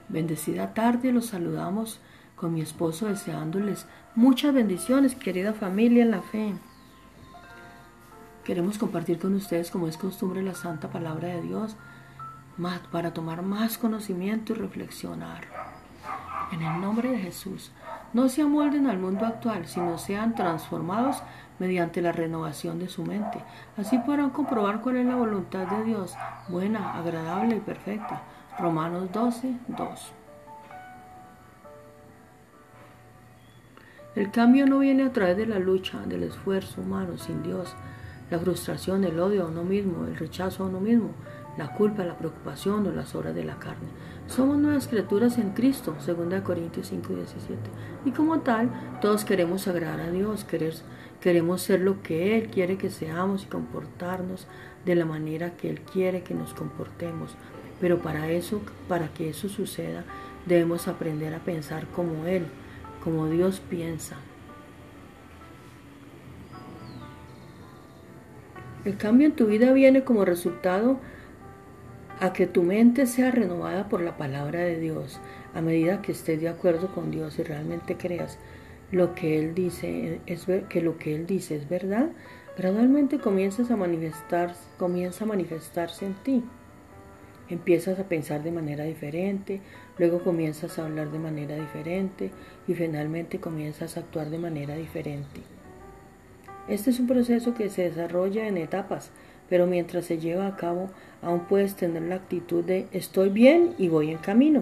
Bendecida tarde, los saludamos con mi esposo deseándoles muchas bendiciones, querida familia en la fe. Queremos compartir con ustedes, como es costumbre, la santa palabra de Dios para tomar más conocimiento y reflexionar. En el nombre de Jesús, no se amolden al mundo actual, sino sean transformados mediante la renovación de su mente. Así podrán comprobar cuál es la voluntad de Dios, buena, agradable y perfecta. Romanos 12:2. El cambio no viene a través de la lucha, del esfuerzo humano sin Dios, la frustración, el odio a uno mismo, el rechazo a uno mismo, la culpa, la preocupación o las obras de la carne. Somos nuevas criaturas en Cristo, 2 Corintios 5:17. Y como tal, todos queremos agradar a Dios, queremos ser lo que Él quiere que seamos y comportarnos de la manera que Él quiere que nos comportemos. Pero para que eso suceda, debemos aprender a pensar como Él, como Dios piensa. El cambio en tu vida viene como resultado a que tu mente sea renovada por la palabra de Dios. A medida que estés de acuerdo con Dios y realmente creas lo que Él dice es verdad, gradualmente comienza a manifestarse en ti. Empiezas a pensar de manera diferente, luego comienzas a hablar de manera diferente y finalmente comienzas a actuar de manera diferente. Este es un proceso que se desarrolla en etapas, pero mientras se lleva a cabo, aún puedes tener la actitud de estoy bien y voy en camino.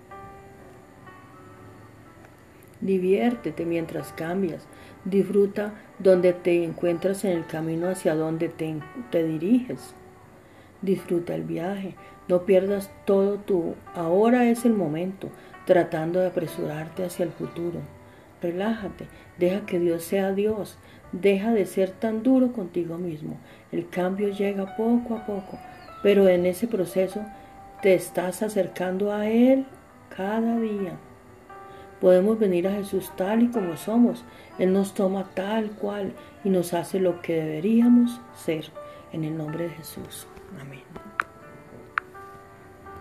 Diviértete mientras cambias, disfruta donde te encuentras en el camino hacia donde te diriges. Disfruta el viaje, no pierdas todo ahora es el momento, tratando de apresurarte hacia el futuro. Relájate, deja que Dios sea Dios, deja de ser tan duro contigo mismo. El cambio llega poco a poco, pero en ese proceso te estás acercando a Él cada día. Podemos venir a Jesús tal y como somos. Él nos toma tal cual y nos hace lo que deberíamos ser. En el nombre de Jesús. Amén.